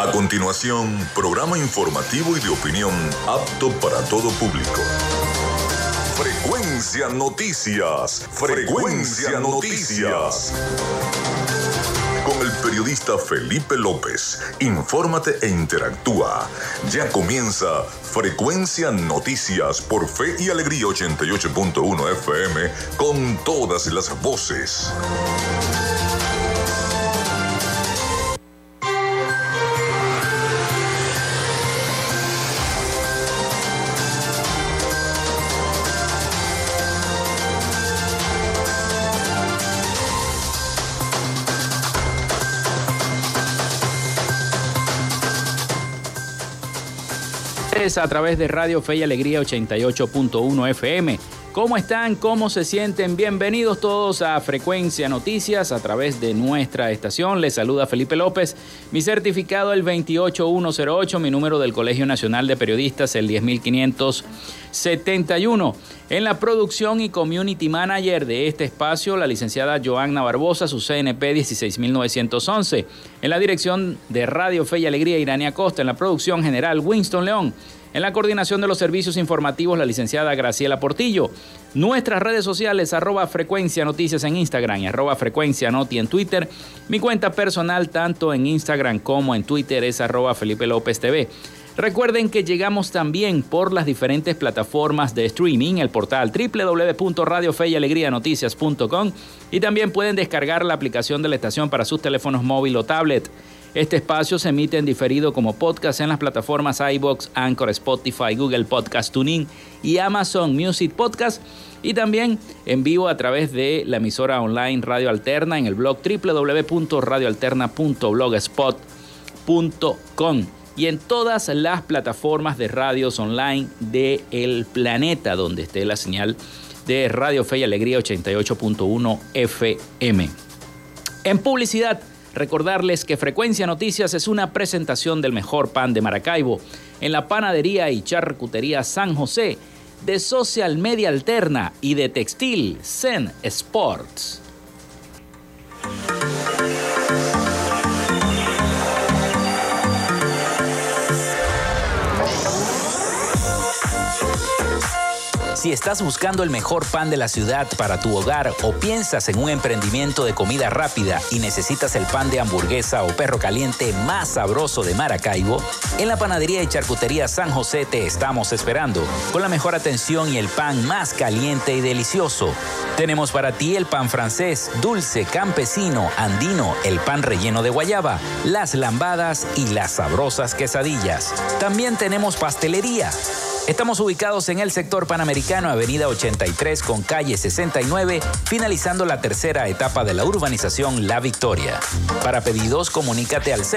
A continuación, programa informativo y de opinión apto para todo público. Frecuencia Noticias. Frecuencia Noticias. Con el periodista Felipe López. Infórmate e interactúa. Ya comienza Frecuencia Noticias por Fe y Alegría 88.1 FM con todas las voces. A través de Radio Fe y Alegría 88.1 FM. ¿Cómo están? ¿Cómo se sienten? Bienvenidos todos a Frecuencia Noticias a través de nuestra estación. Les saluda Felipe López. Mi certificado el 28108, mi número del Colegio Nacional de Periodistas el 10571. En la producción y community manager de este espacio, la licenciada Joanna Barbosa, su CNP 16911. En la dirección de Radio Fe y Alegría, Irania Costa. En la producción general, Winston León. En la coordinación de los servicios informativos, la licenciada Graciela Portillo. Nuestras redes sociales, @Frecuencia Noticias en Instagram y @Frecuencia Noti en Twitter. Mi cuenta personal, tanto en Instagram como en Twitter, es @Felipe López TV. Recuerden que llegamos también por las diferentes plataformas de streaming, el portal www.radiofeyalegrianoticias.com, y también pueden descargar la aplicación de la estación para sus teléfonos móvil o tablet. Este espacio se emite en diferido como podcast en las plataformas iVoox, Anchor, Spotify, Google Podcast, TuneIn y Amazon Music Podcast, y también en vivo a través de la emisora online Radio Alterna en el blog www.radioalterna.blogspot.com y en todas las plataformas de radios online del planeta donde esté la señal de Radio Fe y Alegría 88.1 FM. En publicidad, recordarles que Frecuencia Noticias es una presentación del mejor pan de Maracaibo en la panadería y charcutería San José, de Social Media Alterna y de Textil Zen Sports. Si estás buscando el mejor pan de la ciudad para tu hogar o piensas en un emprendimiento de comida rápida y necesitas el pan de hamburguesa o perro caliente más sabroso de Maracaibo, en la panadería y charcutería San José te estamos esperando, con la mejor atención y el pan más caliente y delicioso. Tenemos para ti el pan francés, dulce, campesino, andino, el pan relleno de guayaba, las lambadas y las sabrosas quesadillas. También tenemos pastelería. Estamos ubicados en el sector Panamericano, avenida 83 con calle 69, finalizando la tercera etapa de la urbanización La Victoria. Para pedidos, comunícate al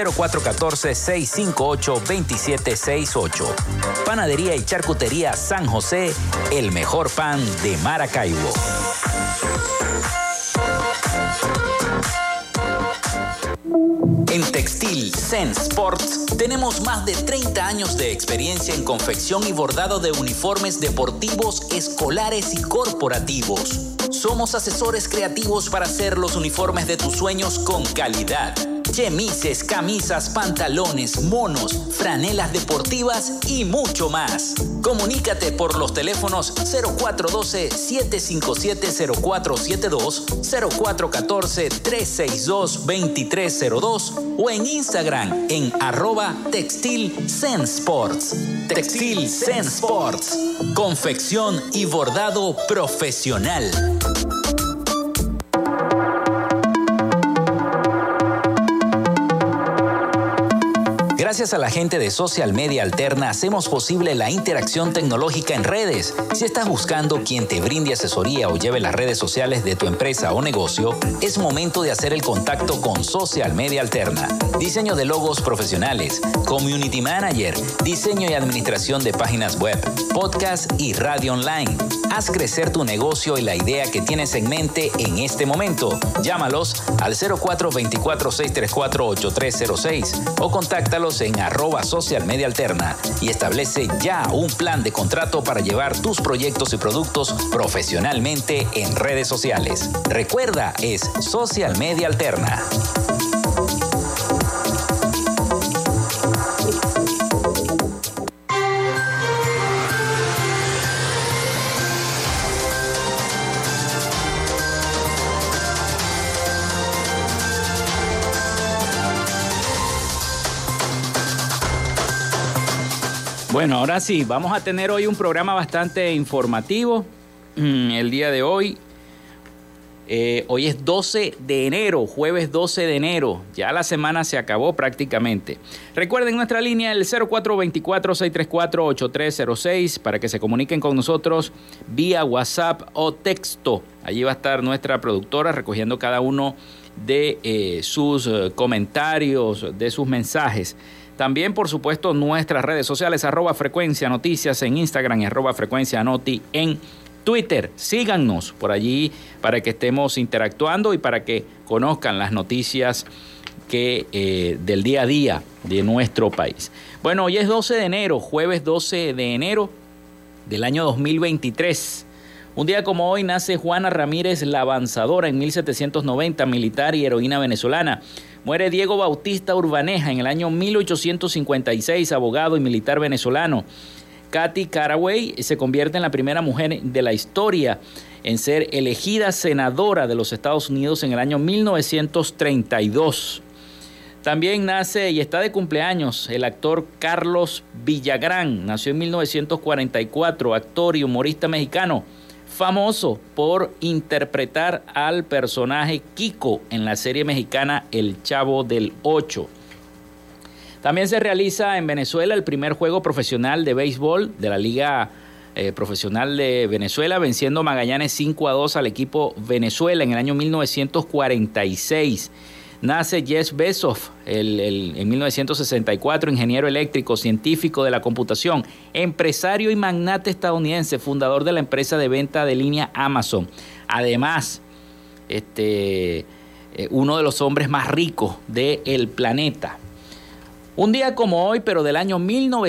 0414-658-2768. Panadería y charcutería San José, el mejor pan de Maracaibo. En Textil Zen Sports tenemos más de 30 años de experiencia en confección y bordado de uniformes deportivos, escolares y corporativos. Somos asesores creativos para hacer los uniformes de tus sueños con calidad. Chemises, camisas, pantalones, monos, franelas deportivas y mucho más. Comunícate por los teléfonos 0412-757-0472, 0414-362-2302 o en Instagram en @TextilZenSports. Textil Zen Sports. Confección y bordado profesional. Gracias a la gente de Social Media Alterna hacemos posible la interacción tecnológica en redes. Si estás buscando quien te brinde asesoría o lleve las redes sociales de tu empresa o negocio, es momento de hacer el contacto con Social Media Alterna. Diseño de logos profesionales, community manager, diseño y administración de páginas web, podcast y radio online. Haz crecer tu negocio y la idea que tienes en mente en este momento. Llámalos al 0424-634-8306 o contáctalos en @socialmediaalterna y establece ya un plan de contrato para llevar tus proyectos y productos profesionalmente en redes sociales. Recuerda, es Social Media Alterna. Bueno, ahora sí, vamos a tener hoy un programa bastante informativo. El día de hoy, hoy es 12 de enero, jueves 12 de enero. Ya la semana se acabó prácticamente. Recuerden nuestra línea, el 0424-634-8306, para que se comuniquen con nosotros vía WhatsApp o texto. Allí va a estar nuestra productora recogiendo cada uno de sus comentarios, de sus mensajes. También, por supuesto, nuestras redes sociales, @Frecuencia Noticias en Instagram y @Frecuencia Noti en Twitter. Síganos por allí para que estemos interactuando y para que conozcan las noticias del día a día de nuestro país. Bueno, hoy es 12 de enero, jueves 12 de enero del año 2023. Un día como hoy nace Juana Ramírez la Avanzadora en 1790, militar y heroína venezolana. Muere Diego Bautista Urbaneja en el año 1856, abogado y militar venezolano. Katy Caraway se convierte en la primera mujer de la historia en ser elegida senadora de los Estados Unidos en el año 1932. También nace y está de cumpleaños el actor Carlos Villagrán. Nació en 1944, actor y humorista mexicano, famoso por interpretar al personaje Kiko en la serie mexicana El Chavo del Ocho. También se realiza en Venezuela el primer juego profesional de béisbol de la Liga Profesional de Venezuela, venciendo Magallanes 5-2 al equipo Venezuela en el año 1946. Nace Jeff Bezos en 1964, ingeniero eléctrico, científico de la computación, empresario y magnate estadounidense, fundador de la empresa de venta de línea Amazon. Además, uno de los hombres más ricos del planeta. Un día como hoy, pero del año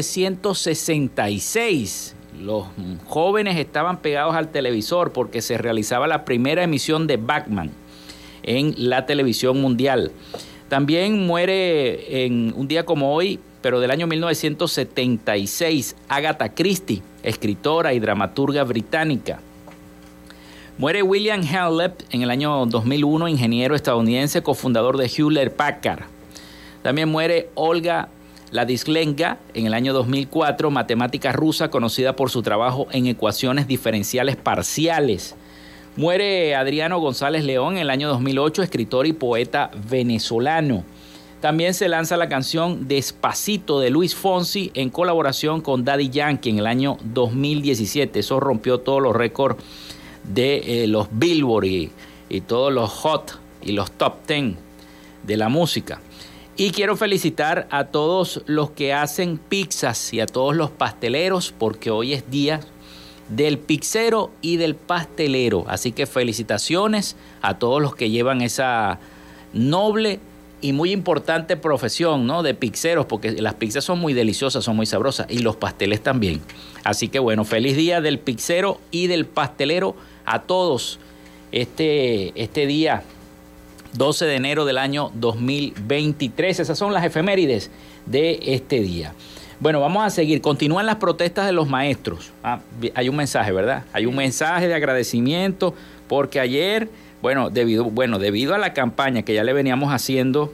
1966, los jóvenes estaban pegados al televisor porque se realizaba la primera emisión de Batman en la televisión mundial. También muere en un día como hoy, pero del año 1976, Agatha Christie, escritora y dramaturga británica. Muere William Hanlep en el año 2001, ingeniero estadounidense, cofundador de Hewlett-Packard. También muere Olga Ladislenga en el año 2004, matemática rusa conocida por su trabajo en ecuaciones diferenciales parciales. Muere Adriano González León en el año 2008, escritor y poeta venezolano. También se lanza la canción Despacito de Luis Fonsi en colaboración con Daddy Yankee en el año 2017. Eso rompió todos los récords de los Billboard y todos los hot y los top 10 de la música. Y quiero felicitar a todos los que hacen pizzas y a todos los pasteleros, porque hoy es día del pizzero y del pastelero. Así que felicitaciones a todos los que llevan esa noble y muy importante profesión, ¿no?, de pizzeros, porque las pizzas son muy deliciosas, son muy sabrosas, y los pasteles también. Así que bueno, feliz día del pizzero y del pastelero a todos este día 12 de enero del año 2023. Esas son las efemérides de este día. Bueno, vamos a seguir. Continúan las protestas de los maestros. Hay un mensaje, ¿verdad? Hay un mensaje de agradecimiento porque ayer, debido a la campaña que ya le veníamos haciendo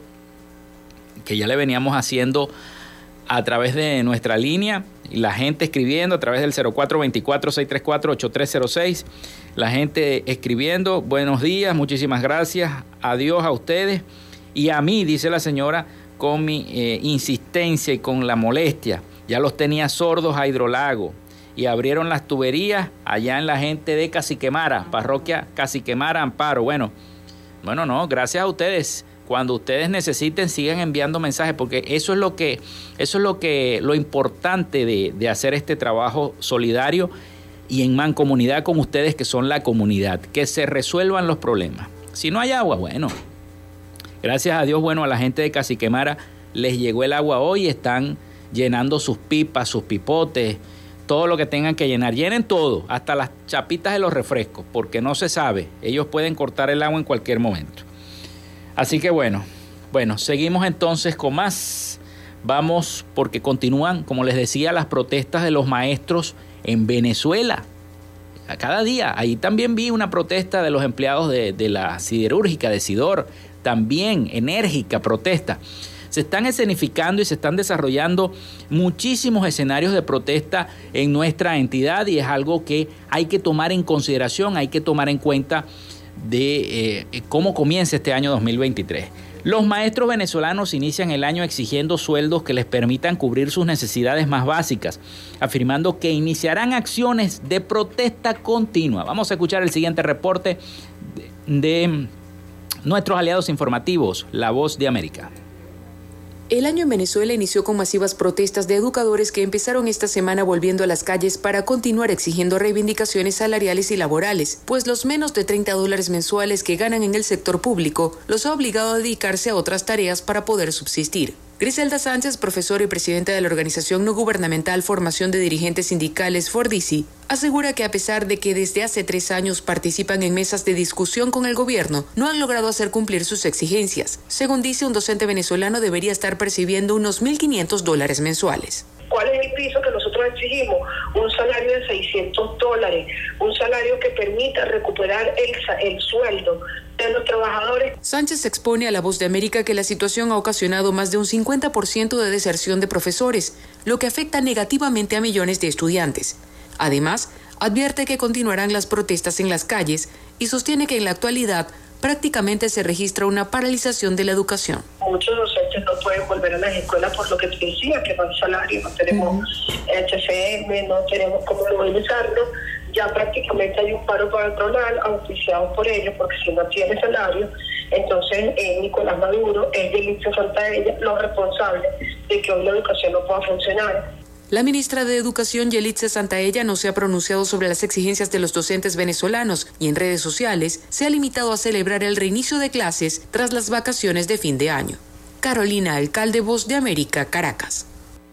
a través de nuestra línea, y la gente escribiendo a través del 0424-634-8306, la gente escribiendo, buenos días, muchísimas gracias, adiós a ustedes y a mí, dice la señora, con mi insistencia y con la molestia. Ya los tenía sordos a Hidrolago y abrieron las tuberías allá en la gente de Caciquemara, parroquia Caciquemara, Amparo. Bueno, no, gracias a ustedes. Cuando ustedes necesiten, sigan enviando mensajes, porque eso es lo importante de hacer este trabajo solidario y en mancomunidad con ustedes, que son la comunidad, que se resuelvan los problemas. Si no hay agua, bueno, gracias a Dios, a la gente de Caciquemara les llegó el agua hoy, están llenando sus pipas, sus pipotes, todo lo que tengan que llenar. Llenen todo, hasta las chapitas de los refrescos, porque no se sabe, ellos pueden cortar el agua en cualquier momento. Así que bueno, seguimos entonces con más. Vamos, porque continúan, como les decía, las protestas de los maestros en Venezuela. A cada día, ahí también vi una protesta de los empleados de la siderúrgica de Sidor, también enérgica protesta. Se están escenificando y se están desarrollando muchísimos escenarios de protesta en nuestra entidad y es algo que hay que tomar en consideración, hay que tomar en cuenta de cómo comienza este año 2023. Los maestros venezolanos inician el año exigiendo sueldos que les permitan cubrir sus necesidades más básicas, afirmando que iniciarán acciones de protesta continua. Vamos a escuchar el siguiente reporte de nuestros aliados informativos, La Voz de América. El año en Venezuela inició con masivas protestas de educadores que empezaron esta semana volviendo a las calles para continuar exigiendo reivindicaciones salariales y laborales, pues los menos de $30 mensuales que ganan en el sector público los ha obligado a dedicarse a otras tareas para poder subsistir. Griselda Sánchez, profesora y presidenta de la organización no gubernamental Formación de Dirigentes Sindicales, Fordisi, asegura que a pesar de que desde hace 3 años participan en mesas de discusión con el gobierno, no han logrado hacer cumplir sus exigencias. Según dice, un docente venezolano debería estar percibiendo unos $1.500 mensuales. ¿Cuál es el piso que nosotros exigimos? Un salario de $600, un salario que permita recuperar el sueldo de los trabajadores. Sánchez expone a La Voz de América que la situación ha ocasionado más de un 50% de deserción de profesores, lo que afecta negativamente a millones de estudiantes. Además, advierte que continuarán las protestas en las calles y sostiene que en la actualidad prácticamente se registra una paralización de la educación. Muchos docentes no pueden volver a las escuelas por lo que te decía, que no hay salario, no tenemos HCM, no tenemos cómo movilizarlo. Ya prácticamente hay un paro patronal auspiciado por ellos, porque si no tiene salario, entonces Nicolás Maduro es Yelitza Santaella los responsables de que hoy la educación no pueda funcionar. La ministra de Educación, Yelitza Santaella, no se ha pronunciado sobre las exigencias de los docentes venezolanos y en redes sociales se ha limitado a celebrar el reinicio de clases tras las vacaciones de fin de año. Carolina Alcalde, Voz de América, Caracas.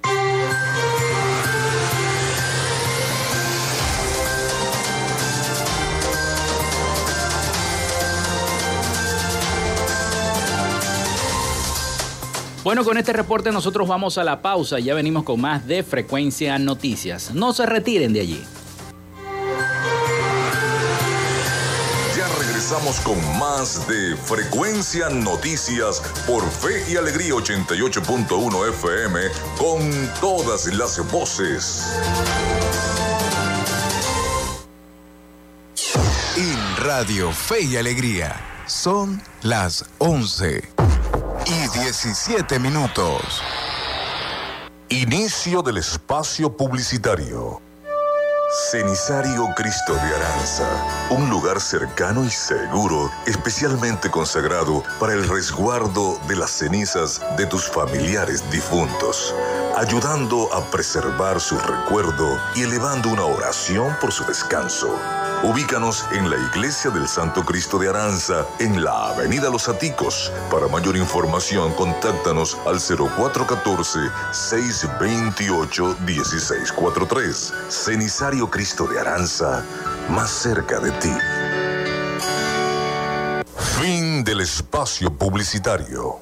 Bueno, con este reporte nosotros vamos a la pausa. Ya venimos con más de Frecuencia Noticias. No se retiren de allí. Ya regresamos con más de Frecuencia Noticias por Fe y Alegría 88.1 FM con todas las voces. En Radio Fe y Alegría son las 11:17. Inicio del espacio publicitario. Cenisario Cristo de Aranza, un lugar cercano y seguro, especialmente consagrado para el resguardo de las cenizas de tus familiares difuntos, ayudando a preservar su recuerdo y elevando una oración por su descanso. Ubícanos en la Iglesia del Santo Cristo de Aranza, en la Avenida Los Aticos. Para mayor información, contáctanos al 0414-628-1643. Cenisario Cristo de Aranza, más cerca de ti. Fin del espacio publicitario.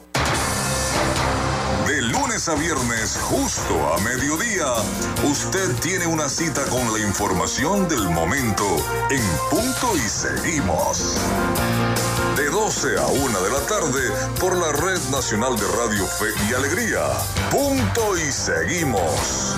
De lunes a viernes, justo a mediodía, usted tiene una cita con la información del momento en Punto y Seguimos. De 12 a 1 de la tarde por la Red Nacional de Radio Fe y Alegría. Punto y Seguimos.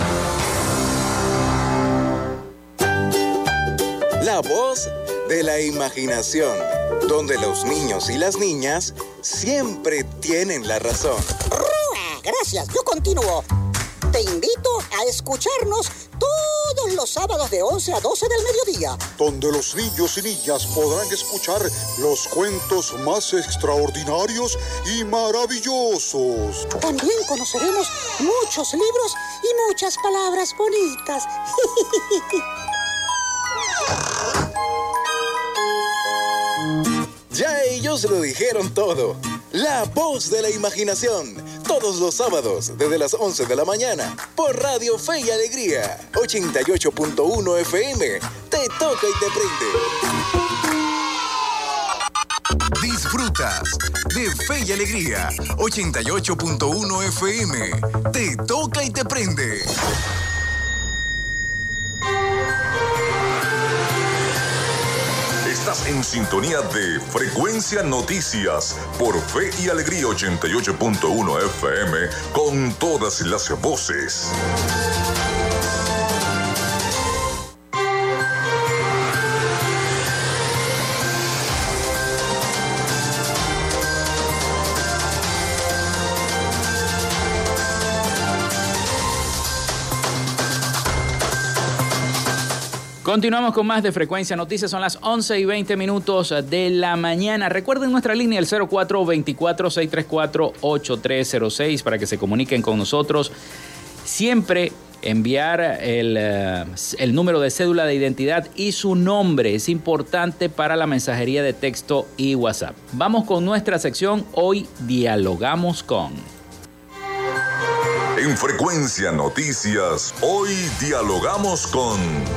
La voz de la imaginación, donde los niños y las niñas siempre tienen la razón. Gracias, yo continúo. Te invito a escucharnos todos los sábados de 11 a 12 del mediodía, donde los niños y niñas podrán escuchar los cuentos más extraordinarios y maravillosos. También conoceremos muchos libros y muchas palabras bonitas. Ya ellos lo dijeron todo. La voz de la imaginación. Todos los sábados, desde las 11 de la mañana, por Radio Fe y Alegría. 88.1 FM. Te toca y te prende. Disfrutas de Fe y Alegría. 88.1 FM. Te toca y te prende. Estás en sintonía de Frecuencia Noticias por Fe y Alegría 88.1 FM con todas las voces. Continuamos con más de Frecuencia Noticias, son las 11:20 de la mañana. Recuerden nuestra línea, el 0424-634-8306, para que se comuniquen con nosotros. Siempre enviar el número de cédula de identidad y su nombre. Es importante para la mensajería de texto y WhatsApp. Vamos con nuestra sección, Hoy Dialogamos con. En Frecuencia Noticias, hoy dialogamos con...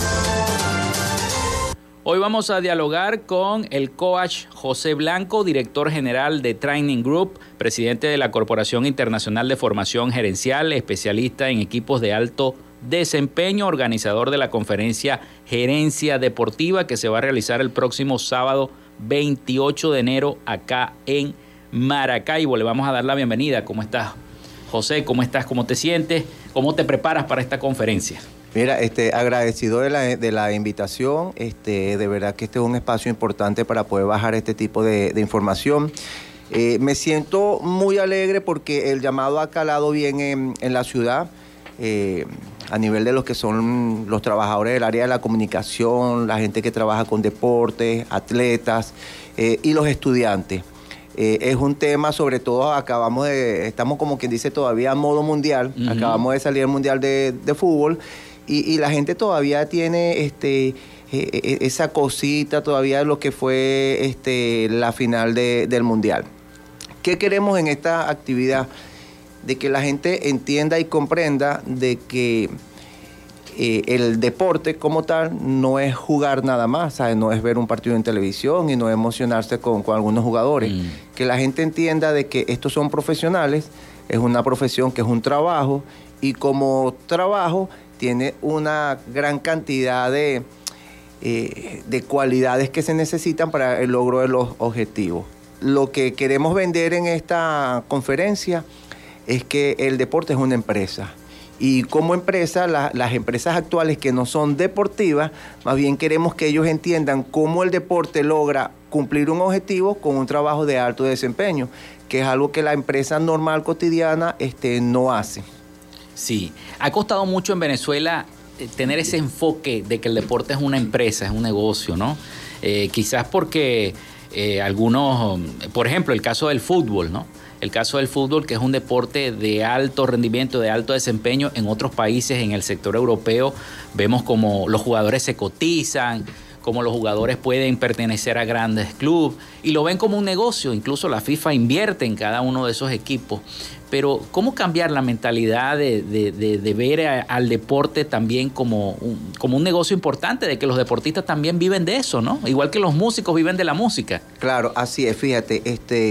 Hoy vamos a dialogar con el coach José Blanco, director general de Training Group, presidente de la Corporación Internacional de Formación Gerencial, especialista en equipos de alto desempeño, organizador de la conferencia Gerencia Deportiva que se va a realizar el próximo sábado 28 de enero acá en Maracaibo. Le vamos a dar la bienvenida. ¿Cómo estás, José? ¿Cómo estás? ¿Cómo te sientes? ¿Cómo te preparas para esta conferencia? Mira, agradecido de la invitación. De verdad que este es un espacio importante para poder bajar este tipo de información. Me siento muy alegre porque el llamado ha calado bien en la ciudad, a nivel de los que son los trabajadores del área de la comunicación, la gente que trabaja con deportes, atletas y los estudiantes. Es un tema, sobre todo, estamos como quien dice todavía a modo mundial. Uh-huh. Acabamos de salir del mundial de fútbol y la gente todavía tiene esa cosita todavía de lo que fue la final del mundial. ¿Qué queremos en esta actividad? De que la gente entienda y comprenda de que el deporte como tal no es jugar nada más, ¿sabes? No es ver un partido en televisión y no es emocionarse con algunos jugadores. Que la gente entienda de que estos son profesionales, es una profesión que es un trabajo y como trabajo tiene una gran cantidad de cualidades que se necesitan para el logro de los objetivos. Lo que queremos vender en esta conferencia es que el deporte es una empresa. Y como empresa, las empresas actuales que no son deportivas, más bien queremos que ellos entiendan cómo el deporte logra cumplir un objetivo con un trabajo de alto desempeño, que es algo que la empresa normal cotidiana no hace. Sí, ha costado mucho en Venezuela tener ese enfoque de que el deporte es una empresa, es un negocio, ¿no? Quizás porque algunos, por ejemplo, el caso del fútbol, ¿no? El caso del fútbol, que es un deporte de alto rendimiento, de alto desempeño. En otros países, en el sector europeo, vemos como los jugadores se cotizan, como los jugadores pueden pertenecer a grandes clubes y lo ven como un negocio. Incluso la FIFA invierte en cada uno de esos equipos. Pero ¿cómo cambiar la mentalidad de ver al deporte también como un negocio importante, de que los deportistas también viven de eso, ¿no? Igual que los músicos viven de la música. Claro, así es. Fíjate,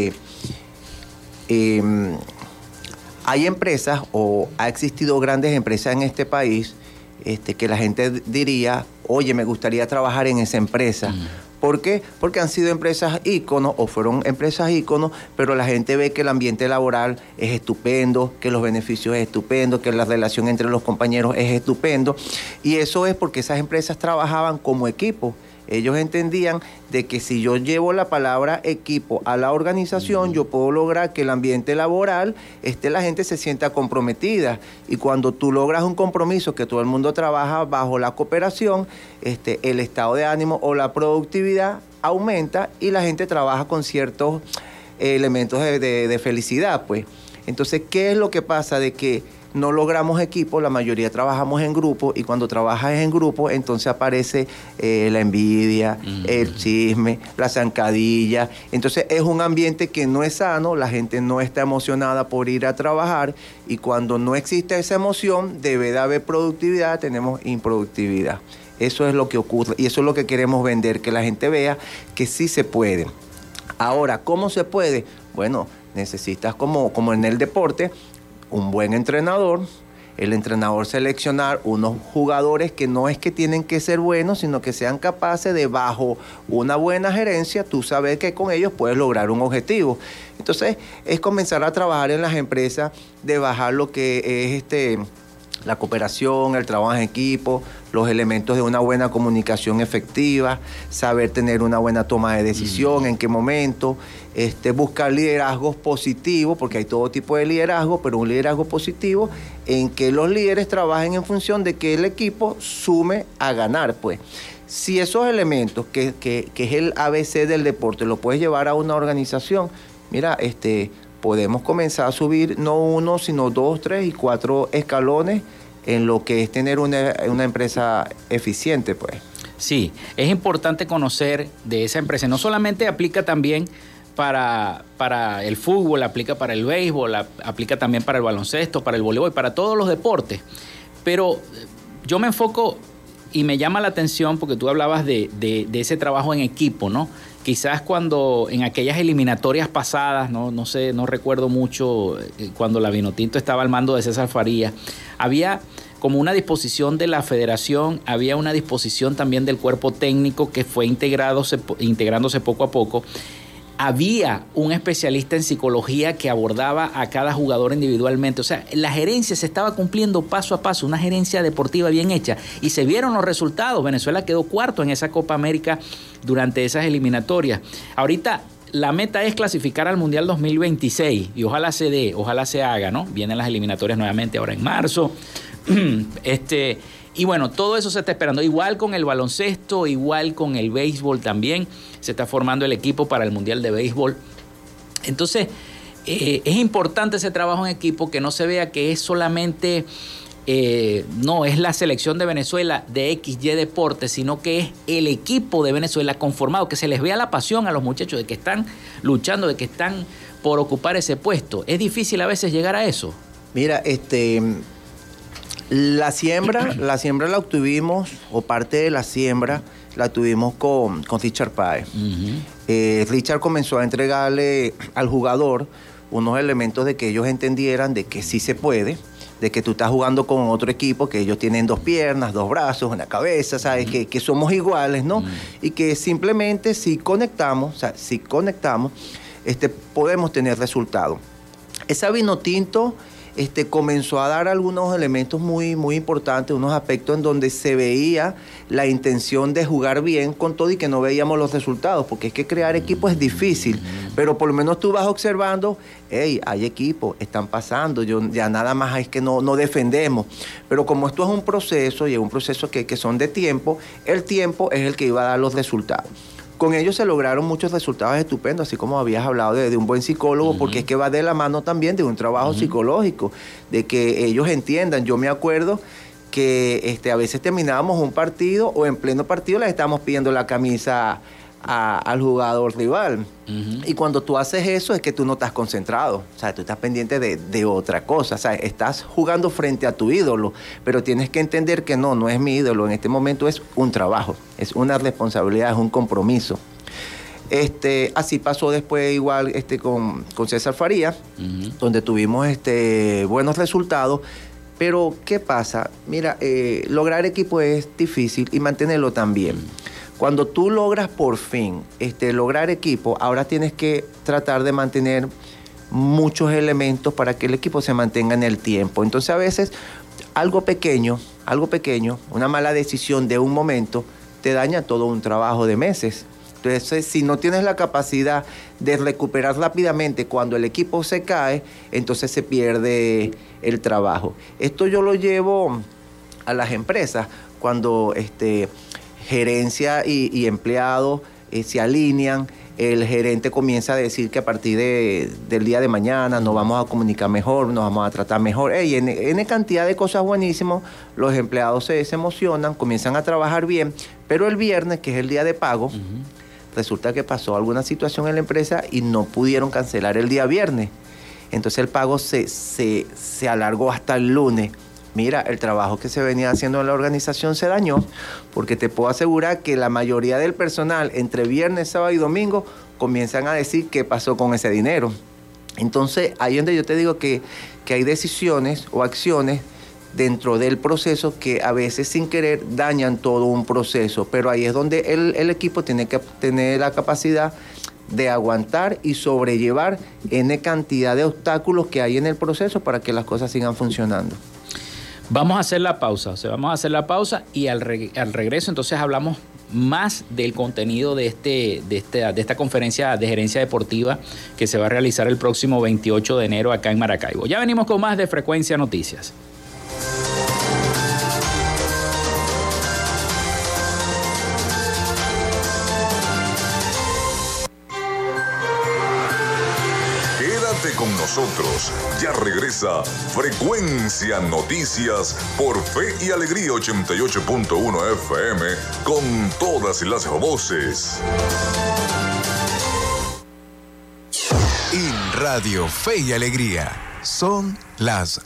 hay empresas o ha existido grandes empresas en este país que la gente diría, oye, me gustaría trabajar en esa empresa. ¿Por qué? Porque han sido empresas íconos o fueron empresas íconos, pero la gente ve que el ambiente laboral es estupendo, que los beneficios es estupendo, que la relación entre los compañeros es estupendo. Y eso es porque esas empresas trabajaban como equipo. Ellos entendían de que si yo llevo la palabra equipo a la organización, yo puedo lograr que el ambiente laboral, la gente se sienta comprometida. Y cuando tú logras un compromiso, que todo el mundo trabaja bajo la cooperación, el estado de ánimo o la productividad aumenta y la gente trabaja con ciertos elementos de felicidad, pues. Entonces, ¿qué es lo que pasa? De que no logramos equipo, la mayoría trabajamos en grupo y cuando trabajas en grupo entonces aparece la envidia, el chisme, la zancadilla. Entonces es un ambiente que no es sano, la gente no está emocionada por ir a trabajar y cuando no existe esa emoción debe de haber productividad, tenemos improductividad. Eso es lo que ocurre y eso es lo que queremos vender, que la gente vea que sí se puede. Ahora, ¿cómo se puede? Bueno, necesitas como en el deporte, un buen entrenador, el entrenador seleccionar unos jugadores que no es que tienen que ser buenos, sino que sean capaces de, bajo una buena gerencia, tú sabes que con ellos puedes lograr un objetivo. Entonces, es comenzar a trabajar en las empresas, de bajar lo que es la cooperación, el trabajo en equipo, los elementos de una buena comunicación efectiva, saber tener una buena toma de decisión, en qué momento, buscar liderazgos positivos, porque hay todo tipo de liderazgo, pero un liderazgo positivo en que los líderes trabajen en función de que el equipo sume a ganar, pues. Si esos elementos, que es el ABC del deporte, lo puedes llevar a una organización, mira, podemos comenzar a subir no 1, sino 2, 3 y 4 escalones en lo que es tener una empresa eficiente, pues. Sí, es importante conocer de esa empresa. No solamente aplica también para el fútbol, aplica para el béisbol, aplica también para el baloncesto, para el voleibol, para todos los deportes. Pero yo me enfoco y me llama la atención porque tú hablabas de ese trabajo en equipo, ¿no? Quizás cuando en aquellas eliminatorias pasadas, no sé, no recuerdo mucho, cuando la Vinotinto estaba al mando de César Farías, había como una disposición de la federación, había una disposición también del cuerpo técnico que fue integrándose poco a poco. Había un especialista en psicología que abordaba a cada jugador individualmente. O sea, la gerencia se estaba cumpliendo paso a paso, una gerencia deportiva bien hecha. Y se vieron los resultados. Venezuela quedó cuarto en esa Copa América durante esas eliminatorias. Ahorita la meta es clasificar al Mundial 2026 y ojalá se dé, ojalá se haga, ¿no? Vienen las eliminatorias nuevamente ahora en marzo. Y bueno, todo eso se está esperando. Igual con el baloncesto, igual con el béisbol también. Se está formando el equipo para el Mundial de Béisbol. Entonces, es importante ese trabajo en equipo, que no se vea que es solamente, no es la selección de Venezuela de XY Deportes, sino que es el equipo de Venezuela conformado, que se les vea la pasión a los muchachos de que están luchando, de que están por ocupar ese puesto. Es difícil a veces llegar a eso. Mira, la siembra la obtuvimos, o parte de la siembra la tuvimos con Richard Páez. Uh-huh. Richard comenzó a entregarle al jugador unos elementos de que ellos entendieran de que sí se puede, de que tú estás jugando con otro equipo, que ellos tienen 2 piernas, 2 brazos, una cabeza, ¿sabes? Uh-huh. que somos iguales, ¿no? Uh-huh. Y que simplemente si conectamos, podemos tener resultados. Esa Vinotinto comenzó a dar algunos elementos muy, muy importantes, unos aspectos en donde se veía la intención de jugar bien con todo y que no veíamos los resultados, porque es que crear equipo es difícil, pero por lo menos tú vas observando, hey, hay equipos, están pasando, ya nada más es que no defendemos, pero como esto es un proceso y es un proceso que son de tiempo, el tiempo es el que iba a dar los resultados. Con ellos se lograron muchos resultados estupendos, así como habías hablado de un buen psicólogo, uh-huh. porque es que va de la mano también de un trabajo uh-huh. psicológico, de que ellos entiendan. Yo me acuerdo que a veces terminábamos un partido o en pleno partido les estábamos pidiendo la camisa al jugador rival. Uh-huh. Y cuando tú haces eso es que tú no estás concentrado, o sea, tú estás pendiente de otra cosa, o sea, estás jugando frente a tu ídolo, pero tienes que entender que no es mi ídolo, en este momento es un trabajo, es una responsabilidad, es un compromiso. Así pasó después igual con César Farías, uh-huh. donde tuvimos buenos resultados. Pero, ¿qué pasa? Mira, lograr equipo es difícil y mantenerlo también. Cuando tú logras por fin lograr equipo, ahora tienes que tratar de mantener muchos elementos para que el equipo se mantenga en el tiempo. Entonces, a veces, algo pequeño, una mala decisión de un momento, te daña todo un trabajo de meses. Entonces, si no tienes la capacidad de recuperar rápidamente cuando el equipo se cae, entonces se pierde el trabajo. Esto yo lo llevo a las empresas cuando gerencia y empleados se alinean. El gerente comienza a decir que a partir del día de mañana nos vamos a comunicar mejor, nos vamos a tratar mejor. En cantidad de cosas buenísimas, los empleados se emocionan, comienzan a trabajar bien, pero el viernes, que es el día de pago, uh-huh. resulta que pasó alguna situación en la empresa y no pudieron cancelar el día viernes. Entonces el pago se alargó hasta el lunes. Mira, el trabajo que se venía haciendo en la organización se dañó, porque te puedo asegurar que la mayoría del personal entre viernes, sábado y domingo comienzan a decir qué pasó con ese dinero. Entonces, ahí es donde yo te digo que hay decisiones o acciones dentro del proceso que a veces sin querer dañan todo un proceso, pero ahí es donde el equipo tiene que tener la capacidad de aguantar y sobrellevar N cantidad de obstáculos que hay en el proceso para que las cosas sigan funcionando. Vamos a hacer la pausa, y al regreso entonces hablamos más del contenido de esta conferencia de gerencia deportiva que se va a realizar el próximo 28 de enero acá en Maracaibo. Ya venimos con más de Frecuencia Noticias. Quédate con nosotros, ya regresa Frecuencia Noticias por Fe y Alegría 88.1 FM con todas las voces. En Radio Fe y Alegría son las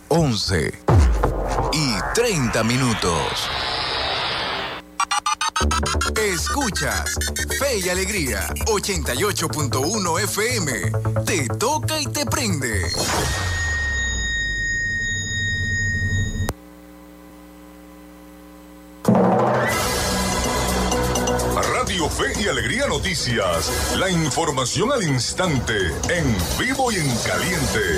11:30. Escuchas Fe y Alegría 88.1 FM. Te toca y te prende. Radio Fe y Alegría Noticias. La información al instante, en vivo y en caliente.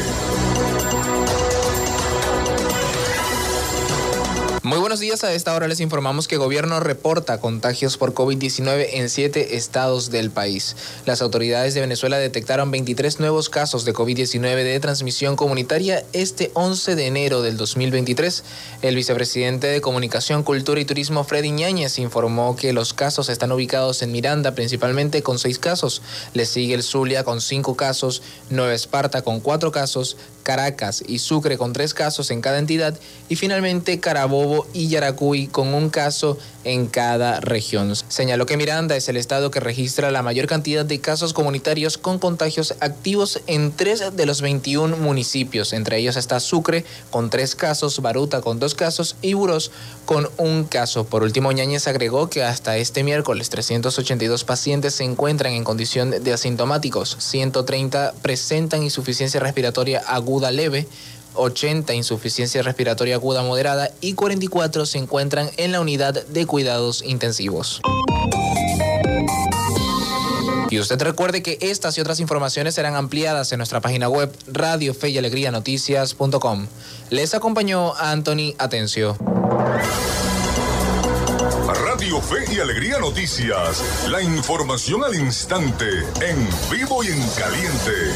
Muy buenos días, a esta hora les informamos que el gobierno reporta contagios por COVID-19 en 7 estados del país. Las autoridades de Venezuela detectaron 23 nuevos casos de COVID-19 de transmisión comunitaria este 11 de enero del 2023. El vicepresidente de Comunicación, Cultura y Turismo, Freddy Ñáñez, informó que los casos están ubicados en Miranda, principalmente con 6 casos. Le sigue el Zulia con 5 casos, Nueva Esparta con 4 casos, Caracas y Sucre con 3 casos en cada entidad y finalmente Carabobo y Yaracuy con 1 caso en cada región. Señaló que Miranda es el estado que registra la mayor cantidad de casos comunitarios con contagios activos en 3 de los 21 municipios. Entre ellos está Sucre con 3 casos, Baruta con 2 casos y Burós con 1 caso. Por último, Ñáñez agregó que hasta este miércoles 382 pacientes se encuentran en condición de asintomáticos, 130 presentan insuficiencia respiratoria aguda leve, 80 insuficiencia respiratoria aguda moderada y 44 se encuentran en la unidad de cuidados intensivos. Y usted recuerde que estas y otras informaciones serán ampliadas en nuestra página web radiofeyalegrianoticias.com. Les acompañó Anthony Atencio. Radio Fe y Alegría Noticias. La información al instante, en vivo y en caliente.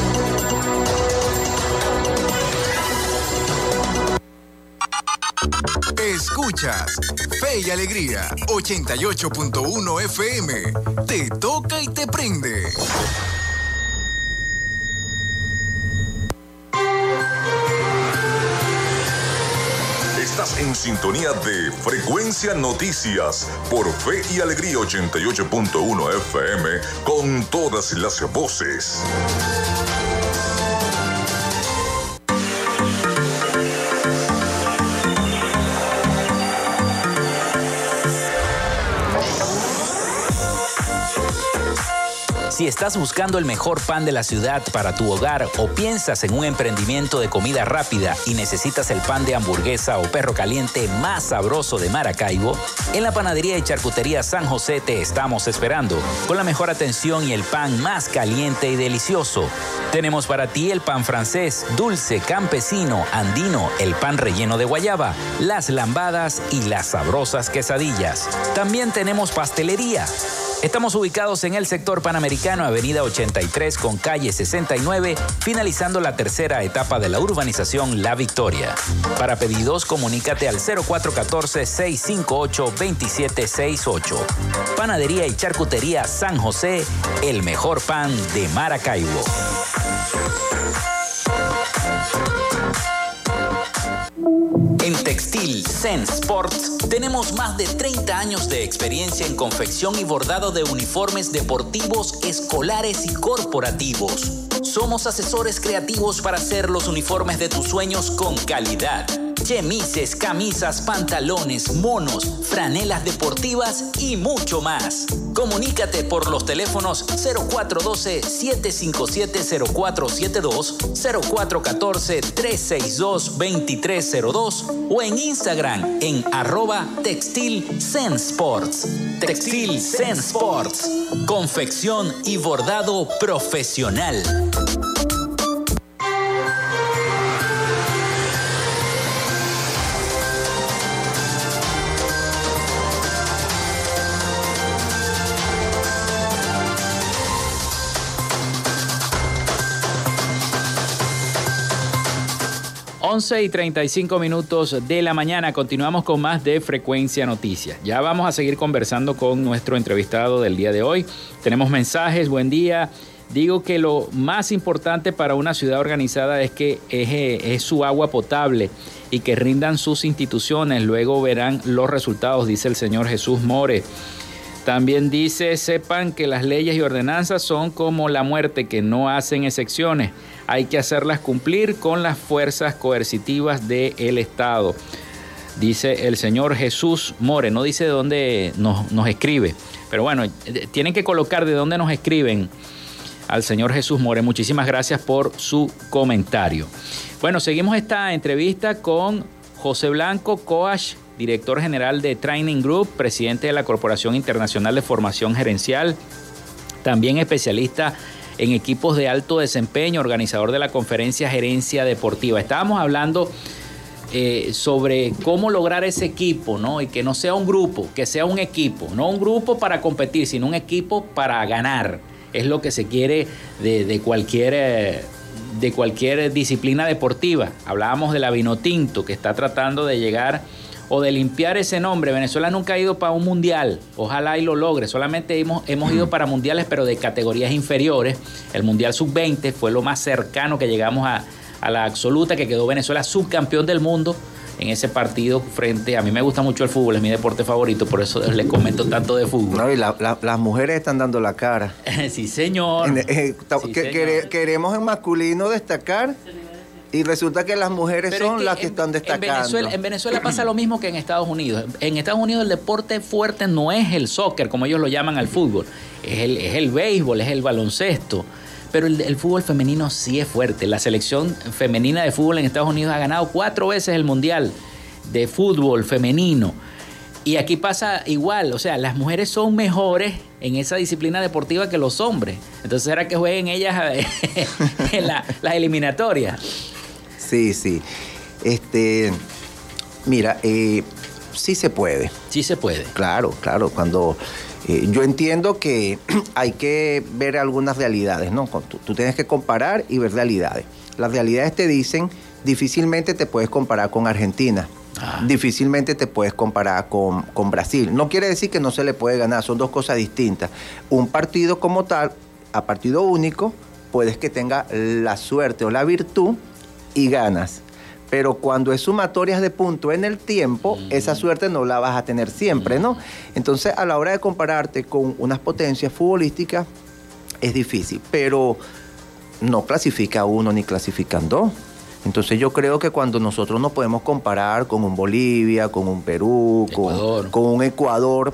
Escuchas Fe y Alegría 88.1 FM. Te toca y te prende. Estás en sintonía de Frecuencia Noticias por Fe y Alegría 88.1 FM con todas las voces. Si estás buscando el mejor pan de la ciudad para tu hogar o piensas en un emprendimiento de comida rápida y necesitas el pan de hamburguesa o perro caliente más sabroso de Maracaibo, en la Panadería y Charcutería San José te estamos esperando con la mejor atención y el pan más caliente y delicioso. Tenemos para ti el pan francés, dulce, campesino, andino, el pan relleno de guayaba, las lambadas y las sabrosas quesadillas. También tenemos pastelería. Estamos ubicados en el sector Panamericano, avenida 83 con calle 69, finalizando la tercera etapa de la urbanización La Victoria. Para pedidos, comunícate al 0414-658-2768. Panadería y Charcutería San José, el mejor pan de Maracaibo. En Textil Zen Sports tenemos más de 30 años de experiencia en confección y bordado de uniformes deportivos, escolares y corporativos. Somos asesores creativos para hacer los uniformes de tus sueños con calidad, chemises, camisas, pantalones, monos, franelas deportivas y mucho más. Comunícate por los teléfonos 0412-757-0472, 0414-362-2302 o en Instagram en @textilsensports. Textil Zen Sports, confección y bordado profesional. Y 35 minutos de la mañana. Continuamos con más de Frecuencia Noticias. Ya vamos a seguir conversando con nuestro entrevistado del día de hoy. Tenemos mensajes. Buen día. Digo que lo más importante para una ciudad organizada es que es su agua potable y que rindan sus instituciones. Luego verán los resultados, dice el señor Jesús More. También dice, sepan que las leyes y ordenanzas son como la muerte, que no hacen excepciones. Hay que hacerlas cumplir con las fuerzas coercitivas del Estado. Dice el señor Jesús More. No dice de dónde nos escribe. Pero bueno, tienen que colocar de dónde nos escriben al señor Jesús More. Muchísimas gracias por su comentario. Bueno, seguimos esta entrevista con José Blanco Coach, director general de Training Group, presidente de la Corporación Internacional de Formación Gerencial, también especialista en equipos de alto desempeño, organizador de la conferencia Gerencia Deportiva. Estábamos hablando sobre cómo lograr ese equipo, ¿no? Y que no sea un grupo, que sea un equipo, no un grupo para competir, sino un equipo para ganar. Es lo que se quiere de cualquier disciplina deportiva. Hablábamos de la Vinotinto, que está tratando de llegar o de limpiar ese nombre. Venezuela nunca ha ido para un mundial, ojalá y lo logre. Solamente hemos ido para mundiales, pero de categorías inferiores. El Mundial Sub-20 fue lo más cercano que llegamos a la absoluta, que quedó Venezuela subcampeón del mundo en ese partido frente. A mí me gusta mucho el fútbol, es mi deporte favorito, por eso les comento tanto de fútbol. No, y las mujeres están dando la cara. Sí, señor. Queremos en masculino destacar. Y resulta que las mujeres son las que están destacando. En Venezuela pasa lo mismo que en Estados Unidos. En Estados Unidos el deporte fuerte no es el soccer, como ellos lo llaman al fútbol. Es el béisbol, es el baloncesto. Pero el fútbol femenino sí es fuerte. La selección femenina de fútbol en Estados Unidos ha ganado 4 veces el mundial de fútbol femenino. Y aquí pasa igual. O sea, las mujeres son mejores en esa disciplina deportiva que los hombres. Entonces, ¿será que jueguen ellas en las eliminatorias? Sí. Mira, sí se puede. Sí se puede. Claro. Cuando yo entiendo que hay que ver algunas realidades, ¿no? Tú tienes que comparar y ver realidades. Las realidades te dicen, difícilmente te puedes comparar con Argentina. Difícilmente te puedes comparar con Brasil. No quiere decir que no se le puede ganar, son dos cosas distintas. Un partido como tal, a partido único, puedes que tenga la suerte o la virtud y ganas. Pero cuando es sumatorias de puntos en el tiempo, esa suerte no la vas a tener siempre, ¿no? Entonces, a la hora de compararte con unas potencias futbolísticas, es difícil. Pero no clasifica uno ni clasifican dos. Entonces yo creo que cuando nosotros nos podemos comparar con un Bolivia, con un Perú, con un Ecuador,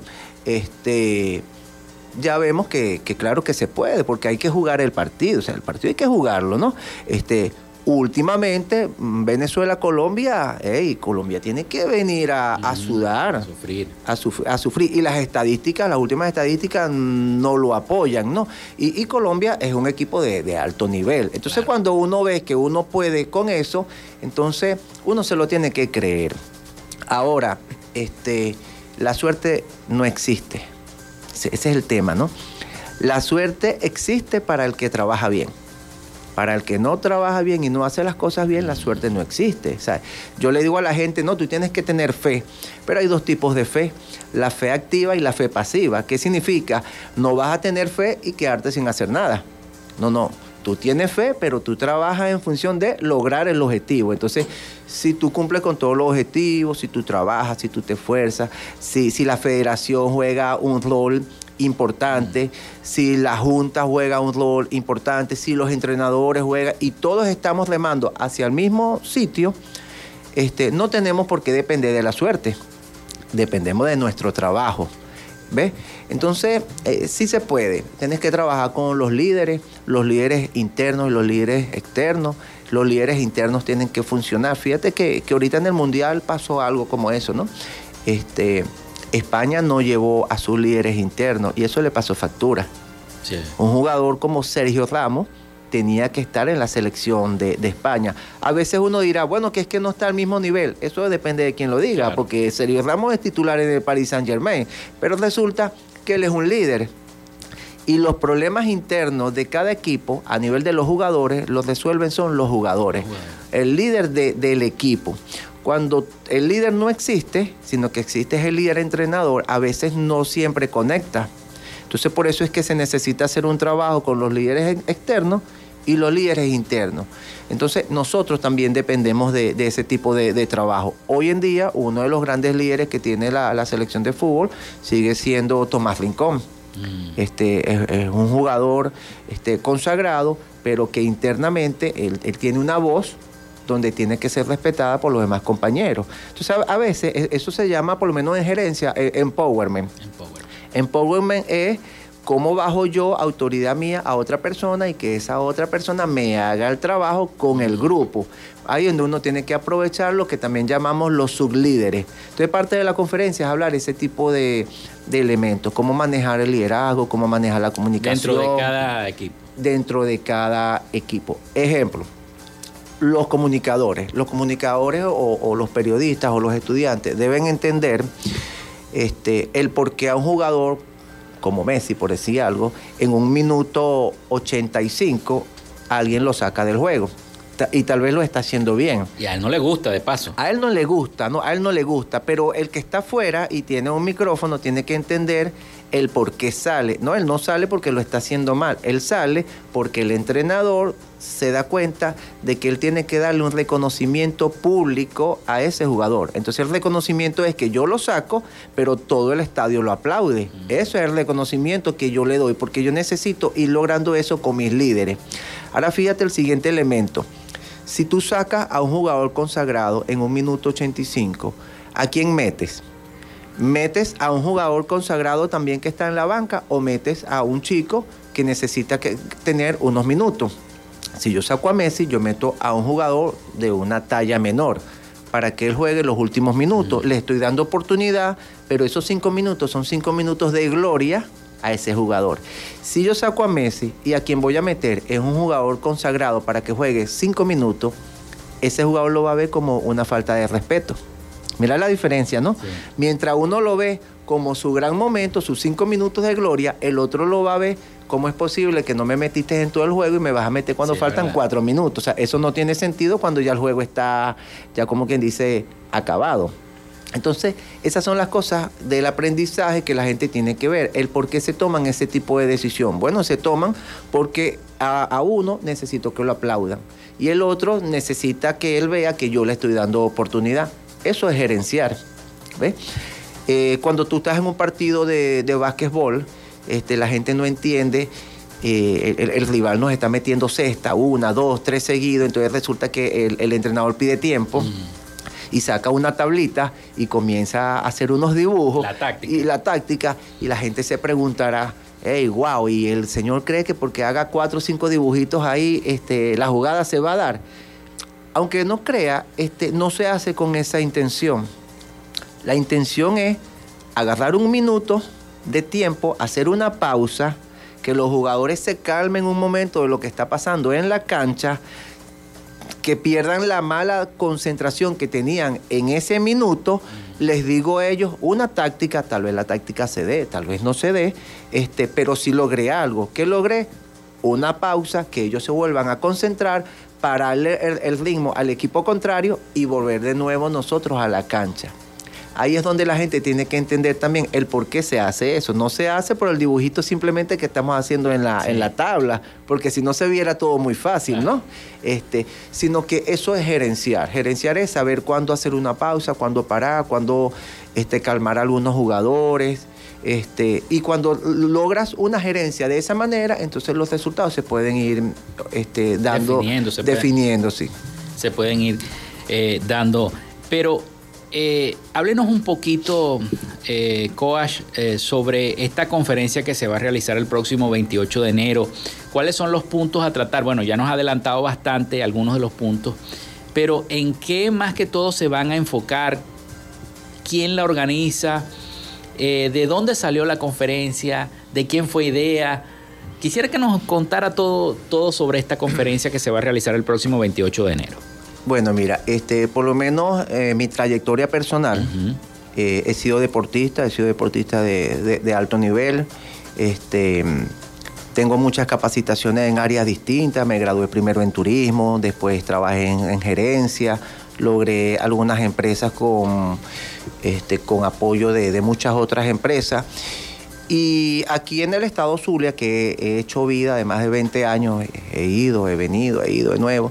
ya vemos que claro que se puede, porque hay que jugar el partido. O sea, el partido hay que jugarlo, ¿no? Últimamente, Venezuela-Colombia, Colombia tiene que venir a sudar. A sufrir. Y las últimas estadísticas no lo apoyan, ¿no? Y Colombia es un equipo de alto nivel. Entonces, cuando uno ve que uno puede con eso, entonces uno se lo tiene que creer. Ahora, la suerte no existe. Ese es el tema, ¿no? La suerte existe para el que trabaja bien. Para el que no trabaja bien y no hace las cosas bien, la suerte no existe. O sea, yo le digo a la gente, no, tú tienes que tener fe. Pero hay dos tipos de fe, la fe activa y la fe pasiva. ¿Qué significa? No vas a tener fe y quedarte sin hacer nada. No. Tú tienes fe, pero tú trabajas en función de lograr el objetivo. Entonces, si tú cumples con todos los objetivos, si tú trabajas, si tú te esfuerzas, si la federación juega un rol importante, si la junta juega un rol importante, si los entrenadores juegan y todos estamos remando hacia el mismo sitio, no tenemos por qué depender de la suerte. Dependemos de nuestro trabajo. ¿Ves? Entonces, sí se puede. Tienes que trabajar con los líderes internos y los líderes externos. Los líderes internos tienen que funcionar. Fíjate que ahorita en el Mundial pasó algo como eso, ¿no? España no llevó a sus líderes internos y eso le pasó factura. Sí. Un jugador como Sergio Ramos tenía que estar en la selección de España. A veces uno dirá, bueno, que es que no está al mismo nivel. Eso depende de quien lo diga, claro, porque Sergio Ramos es titular en el Paris Saint-Germain, pero resulta que él es un líder. Y los problemas internos de cada equipo, a nivel de los jugadores, los resuelven son los jugadores. Bueno. El líder del equipo. Cuando el líder no existe, sino que existe es el líder entrenador, a veces no siempre conecta. Entonces, por eso es que se necesita hacer un trabajo con los líderes externos y los líderes internos. Entonces, nosotros también dependemos de ese tipo de trabajo. Hoy en día, uno de los grandes líderes que tiene la selección de fútbol sigue siendo Tomás Rincón. Es un jugador consagrado, pero que internamente él tiene una voz donde tiene que ser respetada por los demás compañeros. Entonces, a veces, eso se llama, por lo menos en gerencia, empowerment. Empowerment es cómo bajo yo autoridad mía a otra persona y que esa otra persona me haga el trabajo con el grupo. Ahí donde uno tiene que aprovechar lo que también llamamos los sublíderes. Entonces, parte de la conferencia es hablar ese tipo de elementos, cómo manejar el liderazgo, cómo manejar la comunicación. Dentro de cada equipo. Dentro de cada equipo. Ejemplo, los comunicadores o los periodistas o los estudiantes deben entender el por qué a un jugador como Messi, por decir algo, en un minuto 85 alguien lo saca del juego. Y tal vez lo está haciendo bien. Y a él no le gusta, de paso. A él no le gusta, ¿no? A él no le gusta, pero el que está afuera y tiene un micrófono tiene que entender el por qué sale. No, él no sale porque lo está haciendo mal. Él sale porque el entrenador se da cuenta de que él tiene que darle un reconocimiento público a ese jugador. Entonces el reconocimiento es que yo lo saco, pero todo el estadio lo aplaude. Eso es el reconocimiento que yo le doy, porque yo necesito ir logrando eso con mis líderes. Ahora fíjate el siguiente elemento. Si tú sacas a un jugador consagrado en un minuto 85, ¿a quién metes? ¿Metes a un jugador consagrado también que está en la banca o metes a un chico que necesita tener unos minutos? Si yo saco a Messi, yo meto a un jugador de una talla menor para que él juegue los últimos minutos. Le estoy dando oportunidad, pero esos 5 minutos son 5 minutos de gloria a ese jugador. Si yo saco a Messi y a quien voy a meter es un jugador consagrado para que juegue 5 minutos, ese jugador lo va a ver como una falta de respeto. Mira la diferencia, ¿no? Sí. Mientras uno lo ve como su gran momento, sus 5 minutos de gloria, el otro lo va a ver como es posible que no me metiste en todo el juego y me vas a meter cuando faltan 4 minutos. O sea, eso no tiene sentido cuando ya el juego está, ya como quien dice, acabado. Entonces, esas son las cosas del aprendizaje que la gente tiene que ver. El por qué se toman ese tipo de decisión. Bueno, se toman porque a uno necesito que lo aplaudan y el otro necesita que él vea que yo le estoy dando oportunidad. Eso es gerenciar. ¿Ves? Cuando tú estás en un partido de básquetbol, la gente no entiende. El rival nos está metiendo cesta, 1, 2, 3 seguidos. Entonces resulta que el entrenador pide tiempo. Y saca una tablita y comienza a hacer unos dibujos. La táctica. Y la gente se preguntará, hey, wow, y el señor cree que porque haga 4 o 5 dibujitos ahí, la jugada se va a dar. Aunque no crea, no se hace con esa intención. La intención es agarrar un minuto de tiempo, hacer una pausa, que los jugadores se calmen un momento de lo que está pasando en la cancha, que pierdan la mala concentración que tenían en ese minuto. Les digo a ellos una táctica, tal vez la táctica se dé, tal vez no se dé, pero sí logré algo. ¿Qué logré? Una pausa, que ellos se vuelvan a concentrar para darle el ritmo al equipo contrario y volver de nuevo nosotros a la cancha. Ahí es donde la gente tiene que entender también el por qué se hace eso. No se hace por el dibujito simplemente que estamos haciendo en la tabla, porque si no se viera todo muy fácil, ¿no? Sino que eso es gerenciar. Gerenciar es saber cuándo hacer una pausa, cuándo parar, cuándo calmar a algunos jugadores. Y cuando logras una gerencia de esa manera, entonces los resultados se pueden ir definiendo, sí. Se pueden ir dando. Pero háblenos un poquito, Coach, sobre esta conferencia que se va a realizar el próximo 28 de enero. ¿Cuáles son los puntos a tratar? Bueno, ya nos ha adelantado bastante algunos de los puntos, pero ¿en qué más que todo se van a enfocar? ¿Quién la organiza? ¿De dónde salió la conferencia? ¿De quién fue idea? Quisiera que nos contara todo sobre esta conferencia que se va a realizar el próximo 28 de enero. Bueno, mira, por lo menos mi trayectoria personal, he sido deportista de alto nivel, tengo muchas capacitaciones en áreas distintas, me gradué primero en turismo, después trabajé en gerencia, logré algunas empresas con apoyo de muchas otras empresas. Y aquí en el estado Zulia, que he hecho vida de más de 20 años, he ido de nuevo,